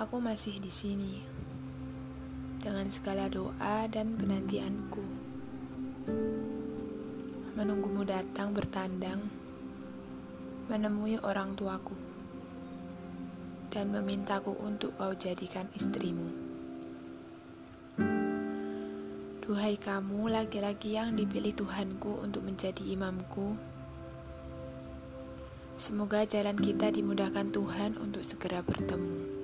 Aku masih di sini dengan segala doa dan penantianku, menunggumu datang bertandang, menemui orang tuaku, dan memintaku untuk kau jadikan istrimu. Duhai kamu laki-laki yang dipilih Tuhanku untuk menjadi imamku, semoga jalan kita dimudahkan Tuhan untuk segera bertemu.